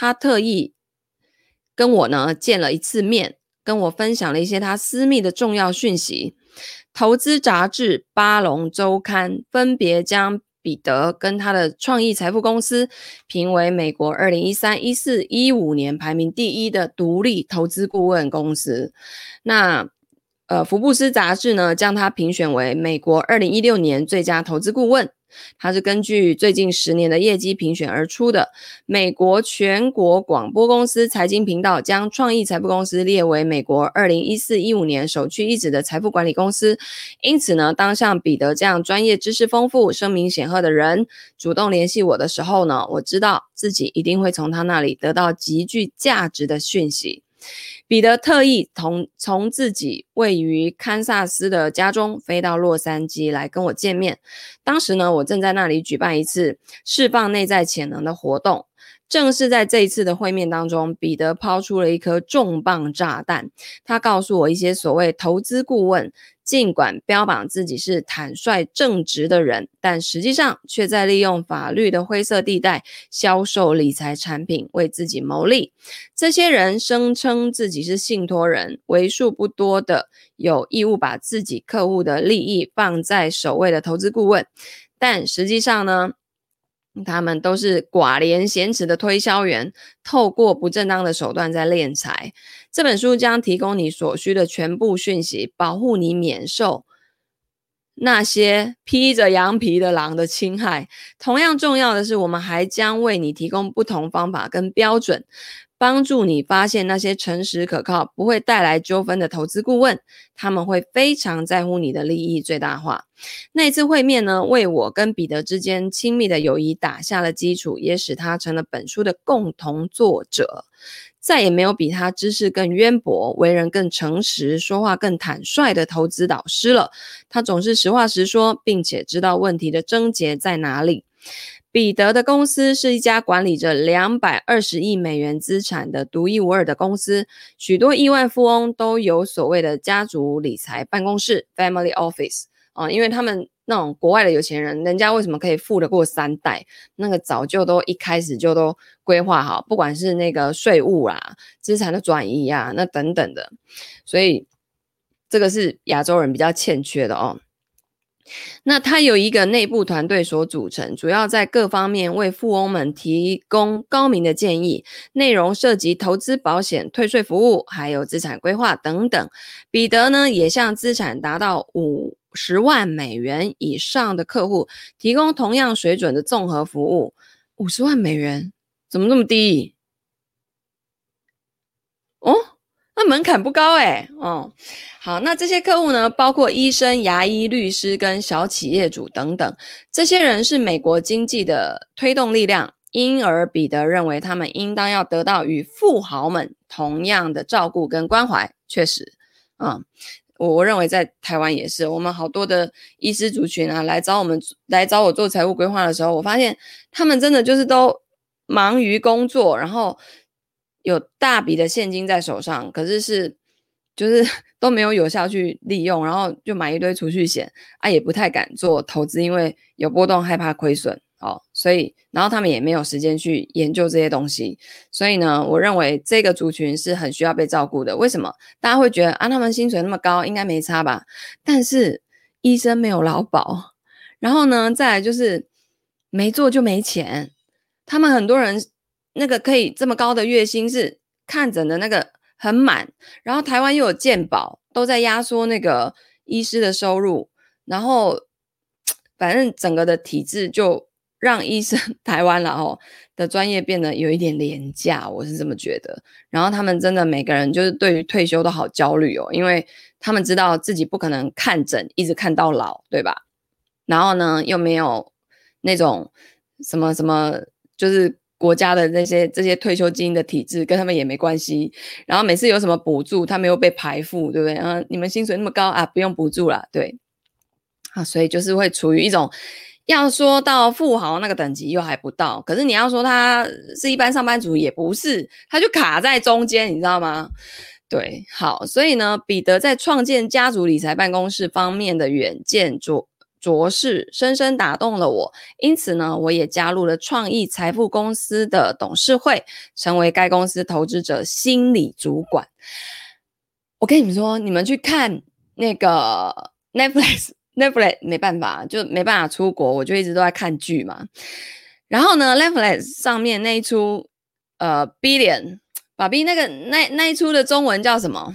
跟我呢见了一次面，跟我分享了一些他私密的重要讯息。投资杂志《巴龙周刊》分别将彼得跟他的创意财富公司评为美国2013、14、15年排名第1的独立投资顾问公司。那福布斯杂志呢将他评选为美国2016年最佳投资顾问。它是根据最近10年的业绩评选而出的。美国全国广播公司财经频道将创意财富公司列为美国2014-15年首屈一指的财富管理公司。因此呢，当像彼得这样专业知识丰富、声名显赫的人主动联系我的时候呢，我知道自己一定会从他那里得到极具价值的讯息。彼得特意从自己位于堪萨斯的家中飞到洛杉矶来跟我见面。当时呢，我正在那里举办一次释放内在潜能的活动。正是在这一次的会面当中，彼得抛出了一颗重磅炸弹。他告诉我一些所谓投资顾问尽管标榜自己是坦率正直的人，但实际上却在利用法律的灰色地带销售理财产品为自己牟利。这些人声称自己是信托人，为数不多的有义务把自己客户的利益放在首位的投资顾问，但实际上呢，他们都是寡廉鲜耻的推销员，透过不正当的手段在敛财。这本书将提供你所需的全部讯息，保护你免受那些披着羊皮的狼的侵害。同样重要的是，我们还将为你提供不同方法跟标准，帮助你发现那些诚实可靠、不会带来纠纷的投资顾问，他们会非常在乎你的利益最大化。那次会面呢，为我跟彼得之间亲密的友谊打下了基础，也使他成了本书的共同作者。再也没有比他知识更渊博、为人更诚实、说话更坦率的投资导师了。他总是实话实说，并且知道问题的症结在哪里。彼得的公司是一家管理着220亿美元资产的独一无二的公司，许多亿万富翁都有所谓的家族理财办公室 （family office）。因为他们那种国外的有钱人，人家为什么可以富得过3代？那个早就都一开始就都规划好，不管是那个税务啦、资产的转移啊，那等等的，所以这个是亚洲人比较欠缺的哦。那它有一个内部团队所组成，主要在各方面为富翁们提供高明的建议，内容涉及投资、保险、退税服务，还有资产规划等等。彼得呢，也向资产达到50万美元以上的客户提供同样水准的综合服务。50万美元怎么那么低？那门槛不高好，那这些客户呢，包括医生、牙医、律师跟小企业主等等，这些人是美国经济的推动力量，因而彼得认为他们应当要得到与富豪们同样的照顾跟关怀。确实我认为在台湾也是，我们好多的医师族群啊，来找我做财务规划的时候，我发现他们真的就是都忙于工作，然后有大笔的现金在手上，可是就是都没有效去利用，然后就买一堆储蓄险也不太敢做投资，因为有波动害怕亏损所以然后他们也没有时间去研究这些东西，所以呢，我认为这个族群是很需要被照顾的。为什么？大家会觉得他们薪水那么高，应该没差吧？但是医生没有劳保，然后呢，再来就是没做就没钱。他们很多人那个可以这么高的月薪是看诊的那个很满，然后台湾又有健保，都在压缩那个医师的收入，然后反正整个的体制就让医生台湾的专业变得有一点廉价，我是这么觉得。然后他们真的每个人就是对于退休都好焦虑因为他们知道自己不可能看诊一直看到老，对吧？然后呢，又没有那种什么就是国家的这些退休金的体制跟他们也没关系，然后每次有什么补助他们又被排富，对不对？你们薪水那么高不用补助啦，对。 所以就是会处于一种要说到富豪那个等级又还不到，可是你要说他是一般上班族也不是，他就卡在中间，你知道吗？对，好，所以呢，彼得在创建家族理财办公室方面的远见卓识深深打动了我，因此呢，我也加入了创意财富公司的董事会，成为该公司投资者心理主管。我跟你们说，你们去看那个 Netflix 没办法，就没办法出国，我就一直都在看剧嘛。然后呢 Netflix 上面那一出Billion 爸比那一出的中文叫什么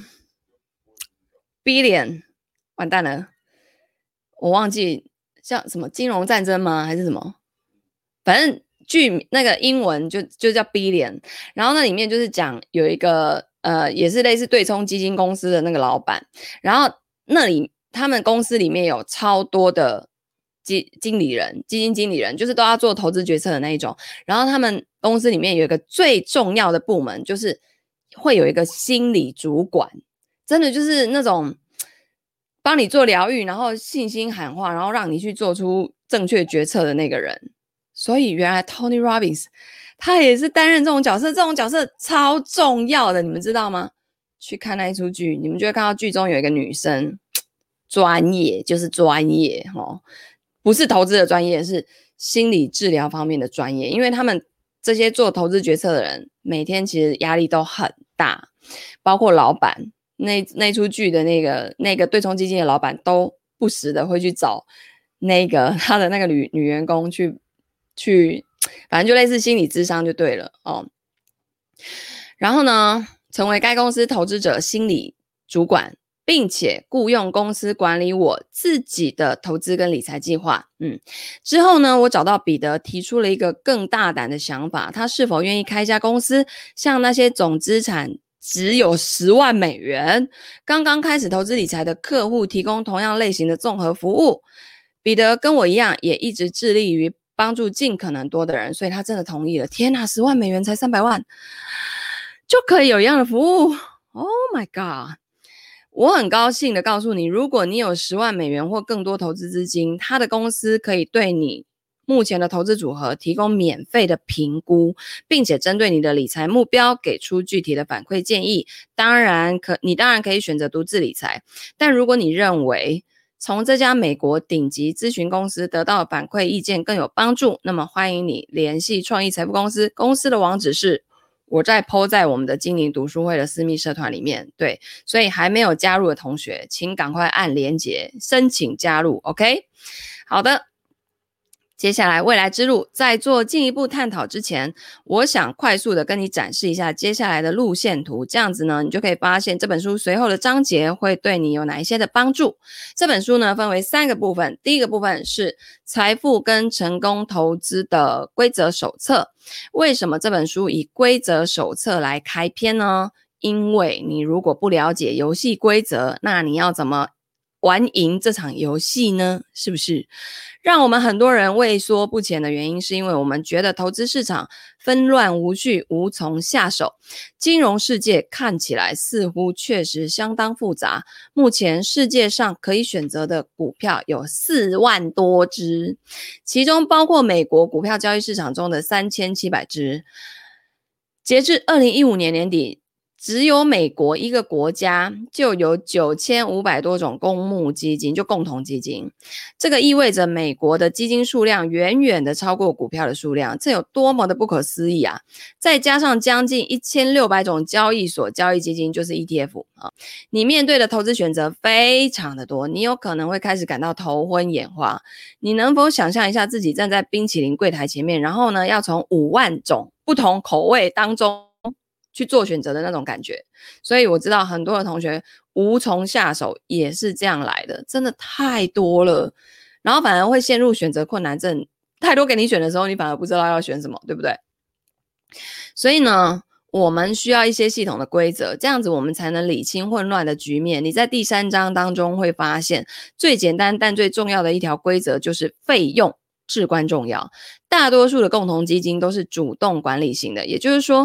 Billion 完蛋了，我忘记像什么金融战争吗还是什么，反正剧那个英文就叫 Billion。 然后那里面就是讲有一个也是类似对冲基金公司的那个老板，然后那里他们公司里面有超多的基金经理人，就是都要做投资决策的那一种。然后他们公司里面有一个最重要的部门，就是会有一个心理主管，真的就是那种帮你做疗愈，然后信心喊话，然后让你去做出正确决策的那个人。所以原来 Tony Robbins 他也是担任这种角色，这种角色超重要的，你们知道吗？去看那一出剧，你们就会看到剧中有一个女生，专业就是专业哦，不是投资的专业，是心理治疗方面的专业。因为他们这些做投资决策的人，每天其实压力都很大，包括老板，那出剧的那个对冲基金的老板，都不时的会去找他的那个女员工去，反正就类似心理咨商就对了哦。然后呢，成为该公司投资者心理主管，并且雇用公司管理我自己的投资跟理财计划。之后呢，我找到彼得，提出了一个更大胆的想法，他是否愿意开一家公司，向那些总资产只有10万美元刚刚开始投资理财的客户提供同样类型的综合服务。彼得跟我一样，也一直致力于帮助尽可能多的人，所以他真的同意了。天哪，10万美元才300万就可以有一样的服务 ，Oh my god！ 我很高兴的告诉你，如果你有10万美元或更多投资资金，他的公司可以对你目前的投资组合提供免费的评估，并且针对你的理财目标给出具体的反馈建议。你当然可以选择独自理财，但如果你认为从这家美国顶级咨询公司得到的反馈意见更有帮助，那么欢迎你联系创意财富公司，公司的网址是我在 po 在我们的精灵读书会的私密社团里面。对，所以还没有加入的同学，请赶快按连结申请加入 OK。 好的，接下来未来之路，在做进一步探讨之前，我想快速的跟你展示一下接下来的路线图，这样子呢，你就可以发现这本书随后的章节会对你有哪一些的帮助。这本书呢分为3个部分，第一个部分是财富跟成功投资的规则手册。为什么这本书以规则手册来开篇呢？因为你如果不了解游戏规则，那你要怎么玩赢这场游戏呢？是不是？让我们很多人畏缩不前的原因，是因为我们觉得投资市场纷乱无序，无从下手。金融世界看起来似乎确实相当复杂。目前世界上可以选择的股票有4万多只，其中包括美国股票交易市场中的3700只。截至2015年年底，只有美国一个国家就有9500多种公募基金，就共同基金。这个意味着美国的基金数量远远的超过股票的数量，这有多么的不可思议啊！再加上将近1600种交易所交易基金，就是 ETF 啊，你面对的投资选择非常的多，你有可能会开始感到头昏眼花。你能否想象一下自己站在冰淇淋柜台前面，然后呢，要从5万种不同口味当中去做选择的那种感觉？所以我知道很多的同学无从下手也是这样来的，真的太多了，然后反而会陷入选择困难症，太多给你选的时候，你反而不知道要选什么，对不对？所以呢，我们需要一些系统的规则，这样子我们才能理清混乱的局面。你在第3章当中会发现，最简单但最重要的一条规则就是费用至关重要。大多数的共同基金都是主动管理型的，也就是说，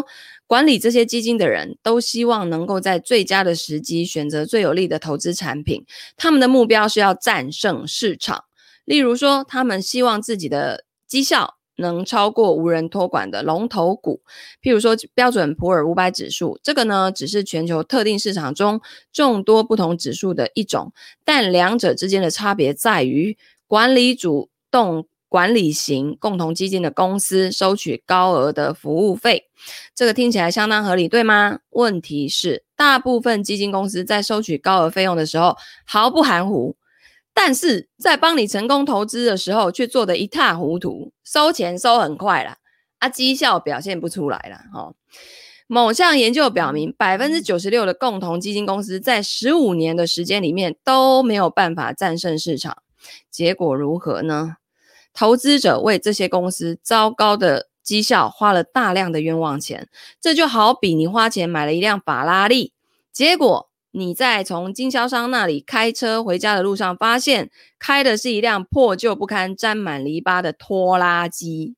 管理这些基金的人都希望能够在最佳的时机选择最有利的投资产品，他们的目标是要战胜市场。例如说，他们希望自己的绩效能超过无人托管的龙头股，譬如说标准普尔500指数，这个呢只是全球特定市场中众多不同指数的一种，但两者之间的差别在于，管理主动管理型共同基金的公司收取高额的服务费，这个听起来相当合理，对吗？问题是，大部分基金公司在收取高额费用的时候毫不含糊，但是在帮你成功投资的时候却做得一塌糊涂，收钱收很快啦，绩效表现不出来啦。某项研究表明 96% 的共同基金公司在15年的时间里面都没有办法战胜市场，结果如何呢？投资者为这些公司糟糕的绩效花了大量的冤枉钱，这就好比你花钱买了一辆法拉利，结果你在从经销商那里开车回家的路上发现开的是一辆破旧不堪沾满篱笆的拖拉机。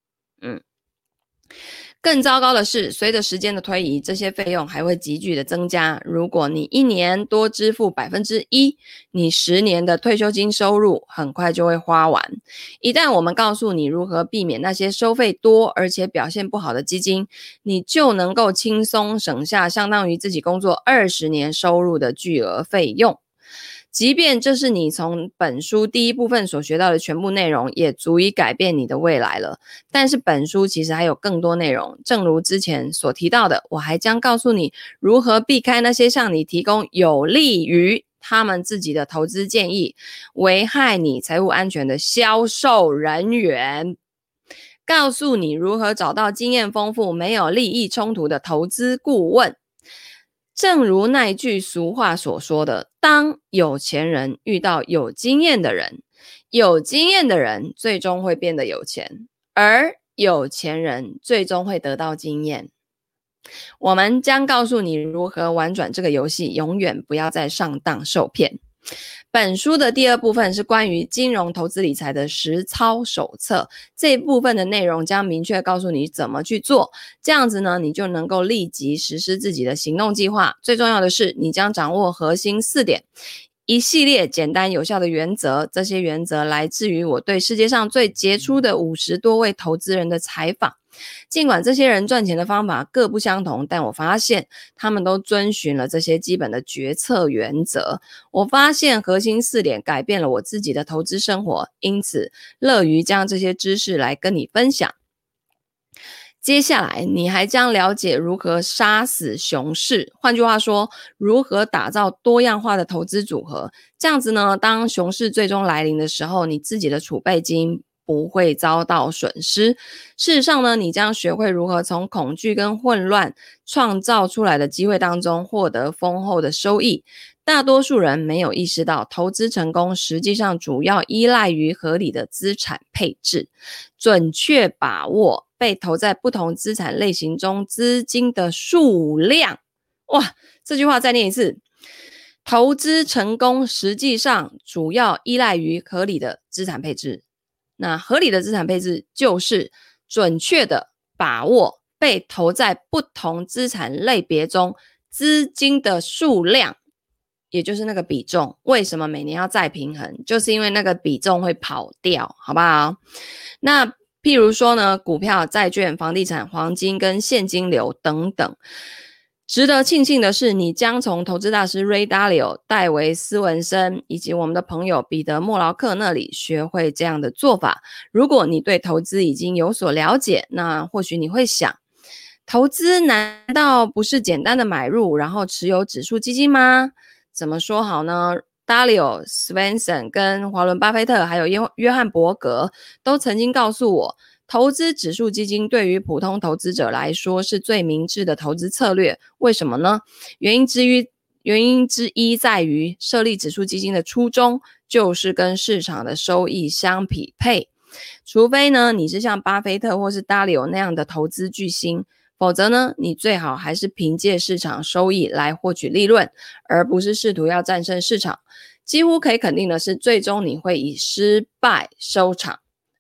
更糟糕的是，随着时间的推移，这些费用还会急剧的增加。如果你一年多支付 1%， 你10年的退休金收入很快就会花完。一旦我们告诉你如何避免那些收费多而且表现不好的基金，你就能够轻松省下相当于自己工作20年收入的巨额费用。即便这是你从本书第一部分所学到的全部内容，也足以改变你的未来了。但是本书其实还有更多内容，正如之前所提到的，我还将告诉你如何避开那些向你提供有利于他们自己的投资建议，危害你财务安全的销售人员，告诉你如何找到经验丰富、没有利益冲突的投资顾问。正如那一句俗话所说的，当有钱人遇到有经验的人，有经验的人最终会变得有钱，而有钱人最终会得到经验。我们将告诉你如何玩转这个游戏，永远不要再上当受骗。本书的第二部分是关于金融投资理财的实操手册，这一部分的内容将明确告诉你怎么去做，这样子呢，你就能够立即实施自己的行动计划。最重要的是，你将掌握核心4点，一系列简单有效的原则，这些原则来自于我对世界上最杰出的50多位投资人的采访。尽管这些人赚钱的方法各不相同，但我发现他们都遵循了这些基本的决策原则。我发现核心4点改变了我自己的投资生活，因此乐于将这些知识来跟你分享。接下来你还将了解如何杀死熊市，换句话说，如何打造多样化的投资组合。这样子呢，当熊市最终来临的时候，你自己的储备金不会遭到损失。事实上呢，你将学会如何从恐惧跟混乱创造出来的机会当中获得丰厚的收益。大多数人没有意识到，投资成功实际上主要依赖于合理的资产配置，准确把握被投在不同资产类型中资金的数量。哇，这句话再念一次。投资成功实际上主要依赖于合理的资产配置。那合理的资产配置就是准确的把握被投在不同资产类别中资金的数量，也就是那个比重。为什么每年要再平衡？就是因为那个比重会跑掉，好不好？那譬如说呢，股票、债券、房地产、黄金跟现金流等等。值得庆幸的是，你将从投资大师 Ray Dalio、戴维斯文森以及我们的朋友彼得莫劳克那里学会这样的做法。如果你对投资已经有所了解，那或许你会想，投资难道不是简单的买入然后持有指数基金吗？怎么说好呢？Dalio、Swenson 跟华伦巴菲特还有约翰伯格都曾经告诉我，投资指数基金对于普通投资者来说是最明智的投资策略。为什么呢？原因之一在于，设立指数基金的初衷就是跟市场的收益相匹配。除非呢，你是像巴菲特或是达里欧那样的投资巨星，否则呢，你最好还是凭借市场收益来获取利润，而不是试图要战胜市场。几乎可以肯定的是，最终你会以失败收场。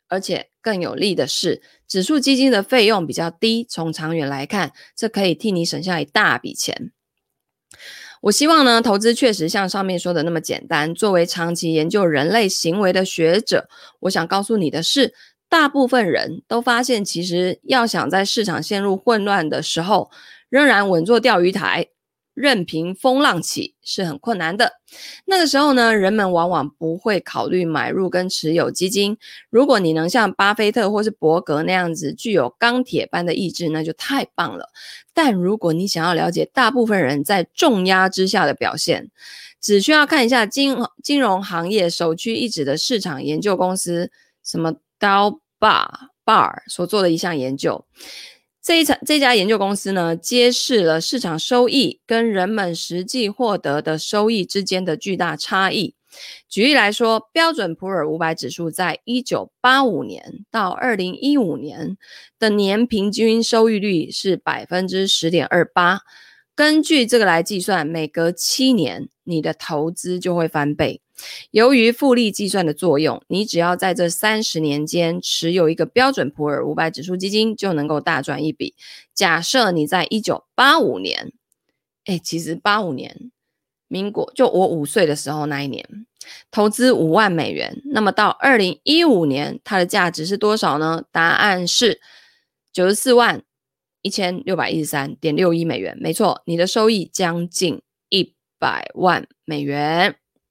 而且更有利的是，指数基金的费用比较低，从长远来看，这可以替你省下一大笔钱。我希望呢，投资确实像上面说的那么简单。作为长期研究人类行为的学者，我想告诉你的是，大部分人都发现，其实要想在市场陷入混乱的时候，仍然稳坐钓鱼台，任凭风浪起，是很困难的。那个时候呢，人们往往不会考虑买入跟持有基金。如果你能像巴菲特或是伯格那样子具有钢铁般的意志，那就太棒了。但如果你想要了解大部分人在重压之下的表现，只需要看一下金融行业首屈一指的市场研究公司，什么 Dalbar 所做的一项研究。这家研究公司呢，揭示了市场收益跟人们实际获得的收益之间的巨大差异。举例来说，标准普尔500指数在1985年到2015年的年平均收益率是 10.28%。根据这个来计算，每隔7年你的投资就会翻倍。由于复利计算的作用，你只要在这30年间持有一个标准普尔500指数基金，就能够大赚一笔。假设你在1985年，其实85年民国就我5岁的时候那一年投资5万美元，那么到2015年它的价值是多少呢？答案是94万1613.61美元。没错，你的收益将近100万美元。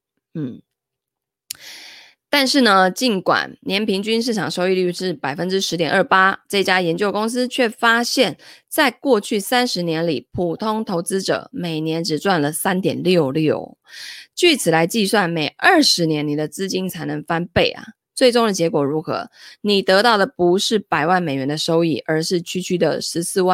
但是呢，尽管年平均市场收益率是 10.28%， 这家研究公司却发现在过去30年里，普通投资者每年只赚了 3.66%。 据此来计算，每20年你的资金才能翻倍啊。最终的结果如何？你得到的不是100万美元的收益，而是区区的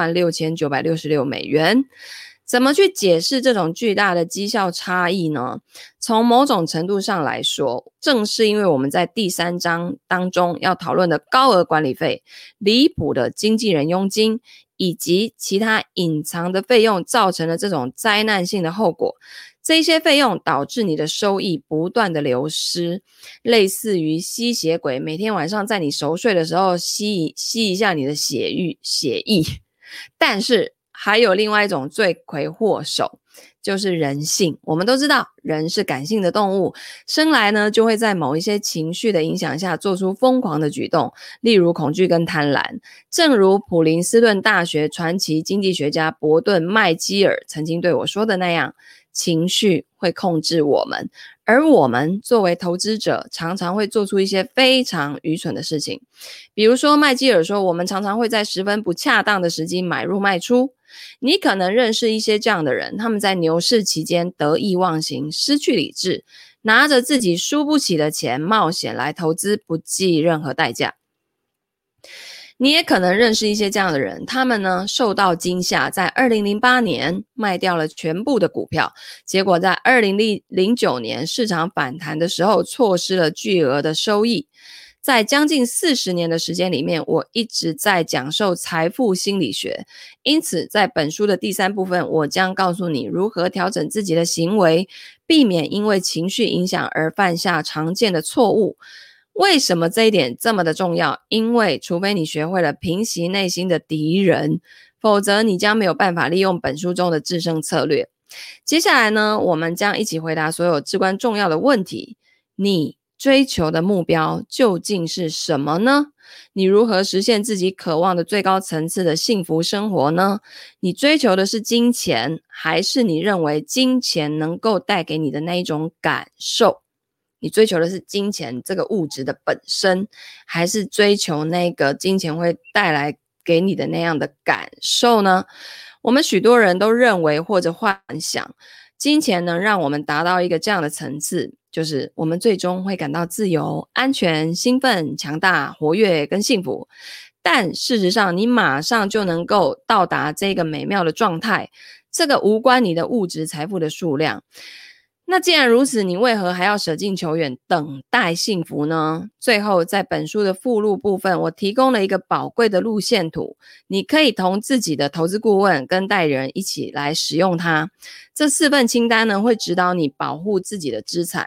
146966美元。怎么去解释这种巨大的绩效差异呢？从某种程度上来说，正是因为我们在第3章当中要讨论的高额管理费、离谱的经纪人佣金以及其他隐藏的费用造成了这种灾难性的后果。这些费用导致你的收益不断的流失，类似于吸血鬼每天晚上在你熟睡的时候吸一下你的血液。但是还有另外一种罪魁祸首，就是人性。我们都知道人是感性的动物，生来呢就会在某一些情绪的影响下做出疯狂的举动，例如恐惧跟贪婪。正如普林斯顿大学传奇经济学家伯顿麦基尔曾经对我说的那样，情绪会控制我们，而我们作为投资者常常会做出一些非常愚蠢的事情。比如说麦基尔说，我们常常会在十分不恰当的时机买入卖出。你可能认识一些这样的人，他们在牛市期间得意忘形，失去理智，拿着自己输不起的钱冒险来投资，不计任何代价。你也可能认识一些这样的人，他们呢受到惊吓，在2008年卖掉了全部的股票，结果在2009年市场反弹的时候错失了巨额的收益。在将近40年的时间里面，我一直在讲授财富心理学，因此在本书的第3部分，我将告诉你如何调整自己的行为，避免因为情绪影响而犯下常见的错误。为什么这一点这么的重要？因为除非你学会了平息内心的敌人，否则你将没有办法利用本书中的制胜策略。接下来呢，我们将一起回答所有至关重要的问题。你追求的目标究竟是什么呢？你如何实现自己渴望的最高层次的幸福生活呢？你追求的是金钱，还是你认为金钱能够带给你的那一种感受？你追求的是金钱这个物质的本身，还是追求那个金钱会带来给你的那样的感受呢？我们许多人都认为或者幻想，金钱能让我们达到一个这样的层次，就是我们最终会感到自由、安全、兴奋、强大、活跃跟幸福。但事实上，你马上就能够到达这个美妙的状态，这个无关你的物质财富的数量。那既然如此，你为何还要舍近求远，等待幸福呢？最后，在本书的附录部分，我提供了一个宝贵的路线图，你可以同自己的投资顾问跟代理人一起来使用它。这4份清单呢，会指导你保护自己的资产，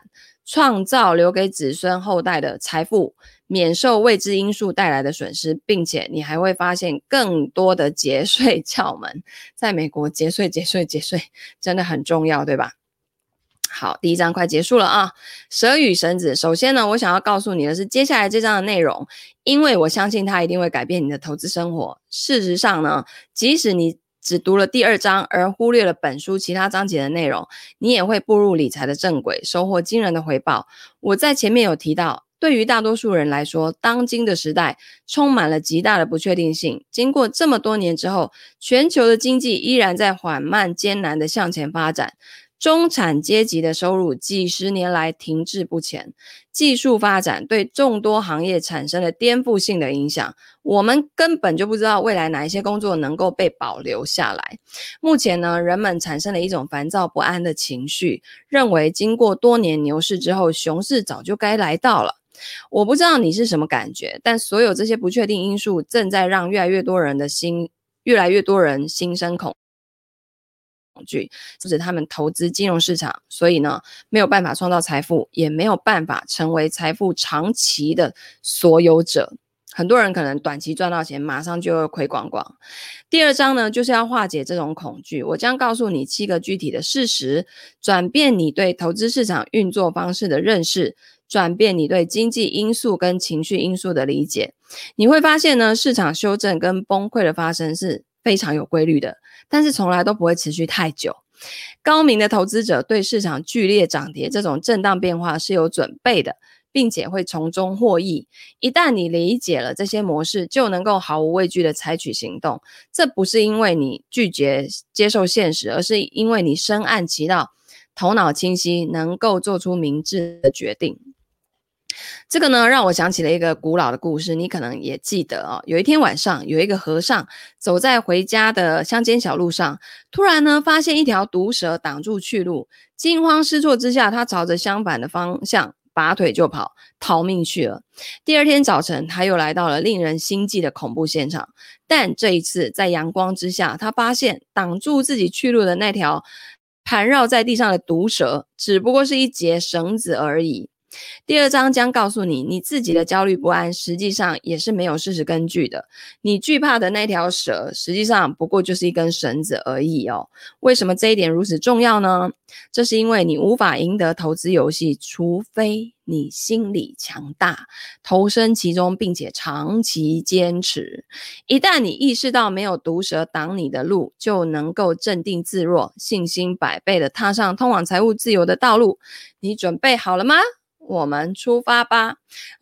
创造留给子孙后代的财富，免受未知因素带来的损失，并且你还会发现更多的节税窍门。在美国节税真的很重要，对吧？好，第一章快结束了啊。蛇与绳子，首先呢，我想要告诉你的是接下来这章的内容，因为我相信它一定会改变你的投资生活。事实上呢，即使你只读了第2章而忽略了本书其他章节的内容，你也会步入理财的正轨，收获惊人的回报。我在前面有提到，对于大多数人来说，当今的时代充满了极大的不确定性。经过这么多年之后，全球的经济依然在缓慢艰难的向前发展。中产阶级的收入几十年来停滞不前，技术发展对众多行业产生了颠覆性的影响，我们根本就不知道未来哪一些工作能够被保留下来。目前呢，人们产生了一种烦躁不安的情绪，认为经过多年牛市之后，熊市早就该来到了。我不知道你是什么感觉，但所有这些不确定因素正在让越来越多人心生恐惧，阻止他们投资金融市场，所以呢，没有办法创造财富，也没有办法成为财富长期的所有者。很多人可能短期赚到钱，马上就会亏光光。第2章呢，就是要化解这种恐惧。我将告诉你7个具体的事实，转变你对投资市场运作方式的认识，转变你对经济因素跟情绪因素的理解。你会发现呢，市场修正跟崩溃的发生是非常有规律的，但是从来都不会持续太久。高明的投资者对市场剧烈涨跌这种震荡变化是有准备的，并且会从中获益。一旦你理解了这些模式，就能够毫无畏惧地采取行动。这不是因为你拒绝接受现实，而是因为你深谙其道，头脑清晰，能够做出明智的决定。这个呢，让我想起了一个古老的故事，你可能也记得哦。有一天晚上，有一个和尚走在回家的乡间小路上，突然呢，发现一条毒蛇挡住去路，惊慌失措之下，他朝着相反的方向拔腿就跑，逃命去了。第2天早晨，他又来到了令人心悸的恐怖现场，但这一次在阳光之下，他发现挡住自己去路的那条盘绕在地上的毒蛇，只不过是一节绳子而已。第2章将告诉你，你自己的焦虑不安实际上也是没有事实根据的。你惧怕的那条蛇，实际上不过就是一根绳子而已哦。为什么这一点如此重要呢？这是因为你无法赢得投资游戏，除非你心理强大，投身其中，并且长期坚持。一旦你意识到没有毒蛇挡你的路，就能够镇定自若，信心百倍地踏上通往财务自由的道路。你准备好了吗？我们出发吧。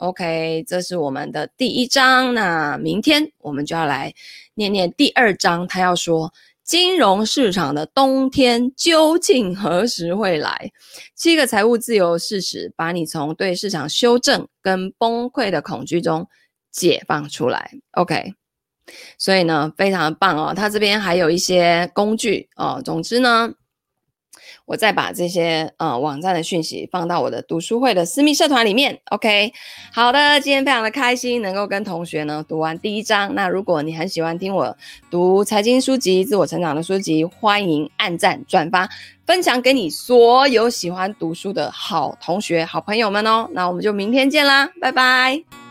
OK， 这是我们的第1章，那明天我们就要来念念第2章。他要说金融市场的冬天究竟何时会来？7个财务自由事实，把你从对市场修正跟崩溃的恐惧中解放出来。 OK， 所以呢非常的棒哦。他这边还有一些工具哦。总之呢，我再把这些网站的讯息放到我的读书会的私密社团里面。 OK， 好的，今天非常的开心能够跟同学呢读完第1章。那如果你很喜欢听我读财经书籍、自我成长的书籍，欢迎按赞转发分享给你所有喜欢读书的好同学好朋友们哦。那我们就明天见啦，拜拜。